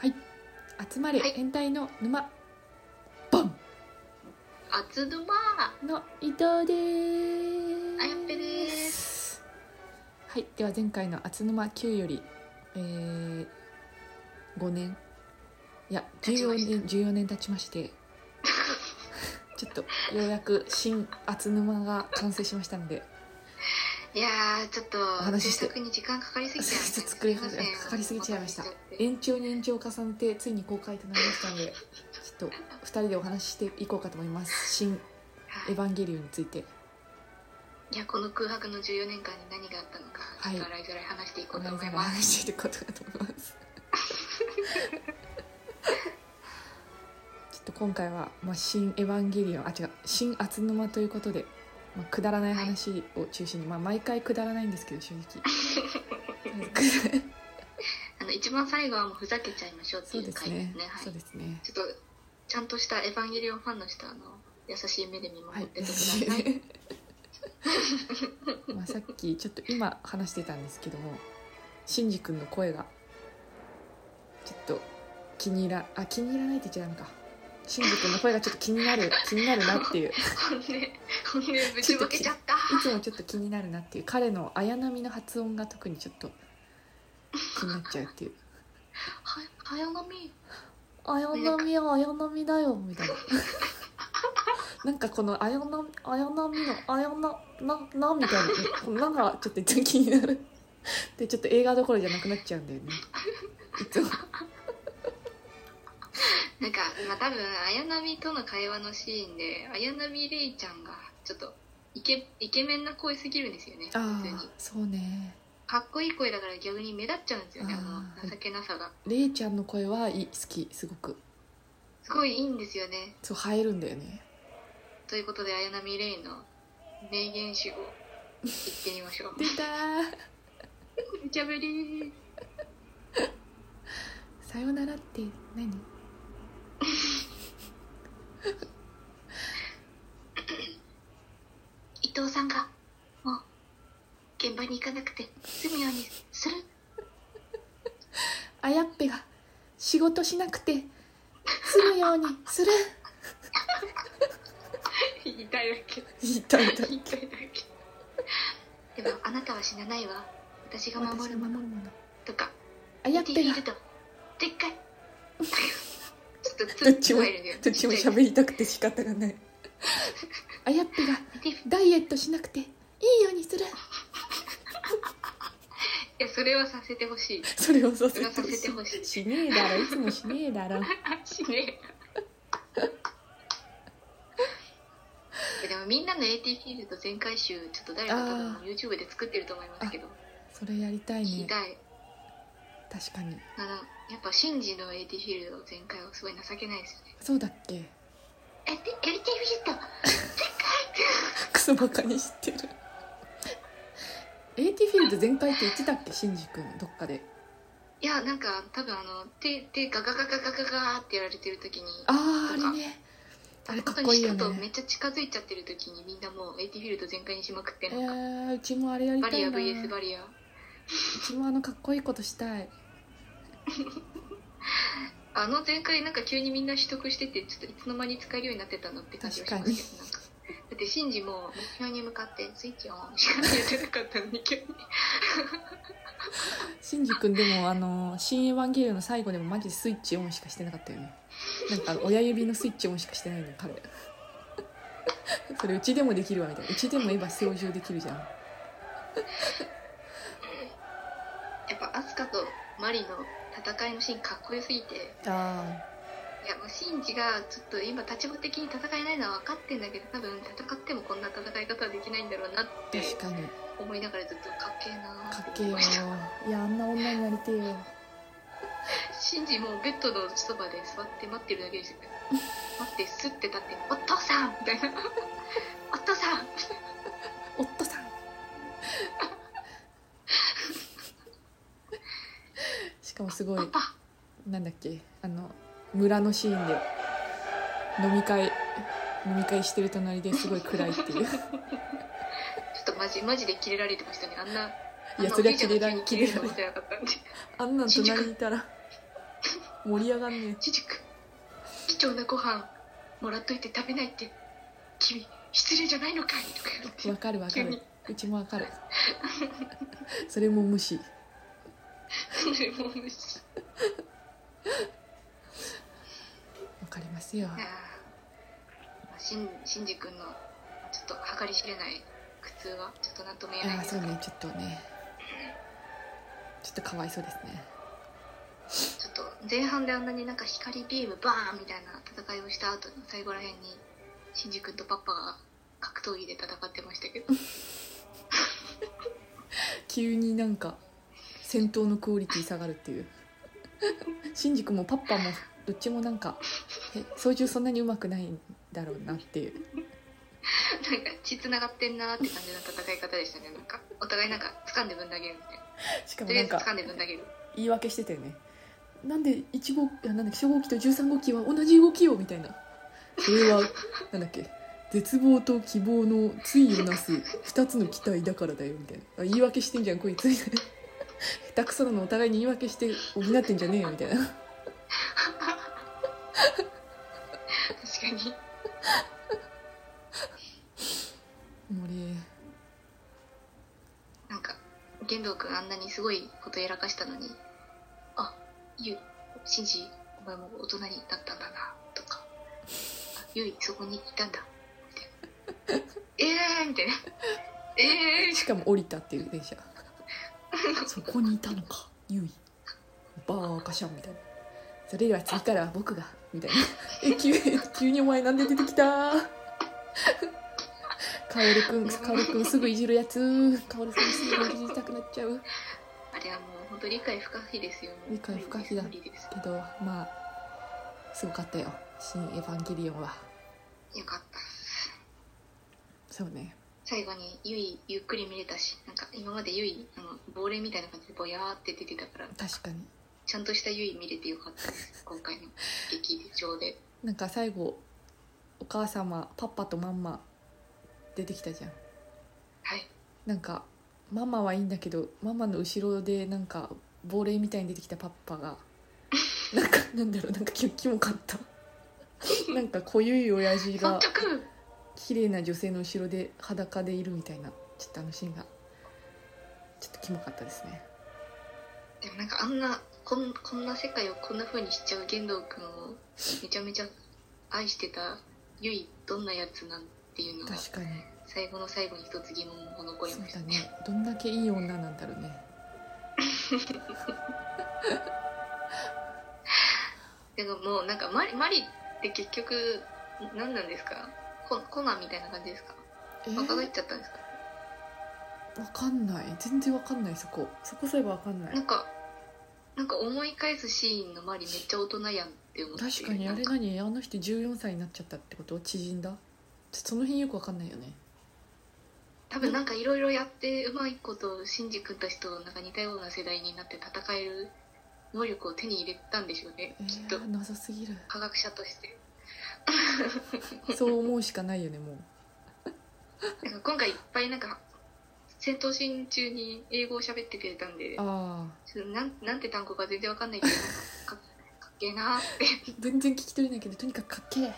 はい、集まれ、 はい変態の沼ボンあつぬまの伊藤です。 あやっぺです。 はい、では前回のあつぬま9より、5年いや14年経ちましてちょっとようやく新あつぬまが完成しましたので、 いやーちょっと制作に時間かかりすぎちゃいましたね。 作りかかりすぎちゃいました。延長に延長を重ねてついに公開となりましたので、ちょっと2人でお話ししていこうかと思います。新エヴァンゲリオンについて。 いや、この空白の14年間に何があったのか、 はい、 洗いざらい話していこうと思います。 話していこうかと思いますちょっと今回は、新エヴァンゲリオン新あつぬまということで、くだらない話を中心に、毎回くだらないんですけど正直一番最後はもうふざけちゃいましょうっていう回ですね。 そうですね。 ちょっとちゃんとしたエヴァンゲリオンファンの人は優しい目で見守っててください、 さっきちょっと今話してたんですけども、シンジ君の声がちょっと気に入らないって言っちゃダメか。シンジ君の声がちょっと気になるなっていう本音ぶちまけちゃった。 いつもちょっと気になるなっていう、彼の綾波の発音が特にちょっと気になっちゃうっていう綾波は綾波だよみたいななんかこの綾波の綾なみたいな、なんかちょっといつも気になるで、ちょっと映画どころじゃなくなっちゃうんだよねいつもなんか多分綾波との会話のシーンで綾波レイちゃんがちょっとイケメンな声すぎるんですよね。普通にそうね、 かっこいい声だから逆に目立っちゃうんですよね。情けなさが。 レイちゃんの声は好き、すごいいいんですよね。 そう映えるんだよね。 ということで綾波レイの名言集を言ってみましょう。 出たー無茶ぶりさよならって何伊藤さんがもう現場に行かなくて済むようにする。 あやっぺが仕事しなくて済むようにする言いたいだけでもあなたは死なないわ、私が守るものとか、 あやっぺがでっかいどっちも喋りたくて仕方がないあやっぺがダイエットしなくていいようにするいや、それはさせてほしい。 それはさせてほしい。 しねえだろ、いつもしねえだろしねえでもみんなの AT フィールド全回収ちょっと誰か多分 YouTube で作ってると思いますけど、 それやりたいね。 聞きたい。 確かにやっぱシンジの AT フィールド全開はすごい情けないですよね。 そうだっけ。 AT フィールド全開クソバカに知ってるAT フィールド全開って言ってたっけ、シンジ君どっかで。 いや、なんか多分手ガガガガガガガってやられてる時に、 あれね、あれかっこいいよね。 めっちゃ近づいちゃってる時にみんなもう AT フィールド全開にしまくってうちもあれやりたいな。 バリア VS バリア。うちもかっこいいことしたい全開なんか急にみんな取得してて、ちょっといつの間に使えるようになってたのって感じがしますけど、なんかだってシンジも目標に向かってスイッチオンしかやってなかったのに急にシンジ君でも新エヴァンゲリオンの最後でもマジでスイッチオンしかしてなかったよね。なんか親指のスイッチオンしかしてないの彼それうちでもできるわみたいな。うちでもエヴァ操縦できるじゃんやっぱアスカとマリの戦いのシーンかっこよすぎて、いやもうシンジがちょっと今立場的に戦えないのは分かってんだけど、多分戦ってもこんな戦い方はできないんだろうなって思いながらずっとかっけえなーって思いました。 いや、あんな女になりてえよ。 シンジもうベッドのそばで座って待ってるだけですよね待ってスッて立ってお父さんみたいなお父さんしかもすごいなんだっけ、村のシーンで飲み会してる隣ですごい暗いっていうちょっとマジでキレられてましたね。あんなそりゃキレられるのもしてなかったんで、 あんなん隣にいたら盛り上がんねシンジ君貴重なご飯もらっといて食べないって君失礼じゃないのかいとか言って。 わかるわかる、うちもわかるそれも無視それも無視わかりますよ。 シンジ君のちょっと計り知れない苦痛はちょっと何とも言えないですそうね、ちょっとねちょっとかわいそうですね。 ちょっと前半であんなになんか光ビームバーンみたいな戦いをした後の最後らへんにシンジ君とパッパが格闘技で戦ってましたけど急になんか戦闘のクオリティ下がるっていうシンジ君もパッパもどっちもなんか操縦そんなにうまくないんだろうなっていうなんか血つながってんなって感じの戦い方でしたね。なんかお互いなんか掴んでぶん投げるみたいな。 しかもなんか掴んでぶん投げる言い訳してたよね。なんで1号なんだっけ初号機と13号機は同じ動きよみたいな。それはなんだっけ絶望と希望の対をなす2つの機体だからだよみたいな。言い訳してんじゃんこいつみたいな。下手くそなのお互いに言い訳して補ってんじゃねえよみたいな。 確かに森なんか玄道くんあんなにすごいことやらかしたのに、あ、シンジお前も大人になったんだなとか、ゆいそこにいたんだみたいなみたいなしかも降りたっていう電車そこにいたのかゆいバーカシャンみたいな。それでは次からは僕がみたいな急にお前なんで出てきたカオルくんすぐいじるやつ。カオルくんすぐいじりたくなっちゃう。 あれはもう本当理解不可避ですよね。 理解不可避だけどまあすごかったよ新エヴァンゲリオンは。 よかった。 そうね、 最後にゆいゆっくり見れたし、なんか今までゆい亡霊みたいな感じでぼやーって出てたから、 確かにちゃんとしたゆい見れてよかったです今回の劇場で。 なんか最後お母様パッパとマンマ出てきたじゃん。 はい。 なんかママはいいんだけどママの後ろでなんか亡霊みたいに出てきたパッパがなんかなんだろうなんかキモかったなんか濃ゆい親父が綺麗な女性の後ろで裸でいるみたいな、ちょっとあのシーンがちょっとキモかったですね。 でもなんかあんなこんな世界をこんな風にしちゃう玄道くんをめちゃめちゃ愛してたゆいどんなやつなんていうのが確かに最後の最後に一つ疑問も残りましたね。 そうだね、どんだけいい女なんだろうねでももうなんかマリって結局何なんですか？コナンみたいな感じですか？若返っちゃったんですか？ わかんない、全然わかんない。そこそういえばわかんない。 なんか思い返すシーンのマリめっちゃ大人やんって思って。 確かにあれ何あの人14歳になっちゃったってこと？縮んだ？その辺よくわかんないよね。 多分なんかいろいろやってうまいことシンジ君たちとなんか似たような世代になって戦える能力を手に入れたんでしょうね、きっと。 謎すぎる。 科学者としてそう思うしかないよねもうなんか今回いっぱいなんか戦闘シーン中に英語を喋ってくれたんで、ちょっとなんて単語か全然わかんないけどかっけえなーって全然聞き取れないけどとにかくかっけえ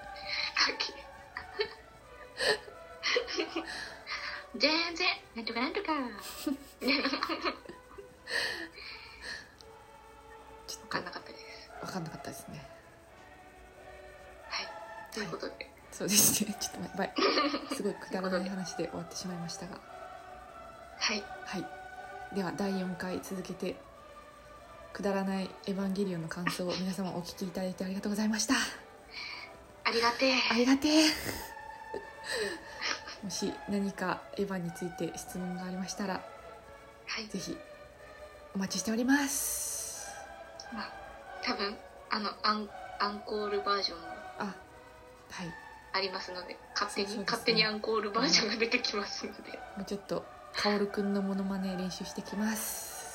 全然なんとかちょっと分かんなかったです。 分かんなかったですね。 はいということで、 そうですね、ちょっとやばいすごいくだらない話で終わってしまいましたがはいでは第4回続けてくだらないエヴァンゲリオンの感想を皆様お聞きいただいてありがとうございました。 ありがてえもし何かエヴァについて質問がありましたら、ぜひお待ちしております。 多分アンコールバージョンもありますので、勝手にアンコールバージョンが出てきますので、 もうちょっとカオルくんのモノマネ練習してきます。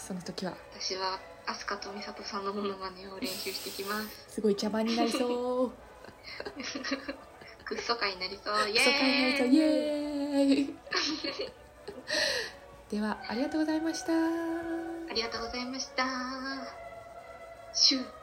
その時は私はアスカとミサトさんのモノマネを練習してきます。 すごい茶番になりそうクッソ会になりそう。イエーイではありがとうございました。 ありがとうございました。シュー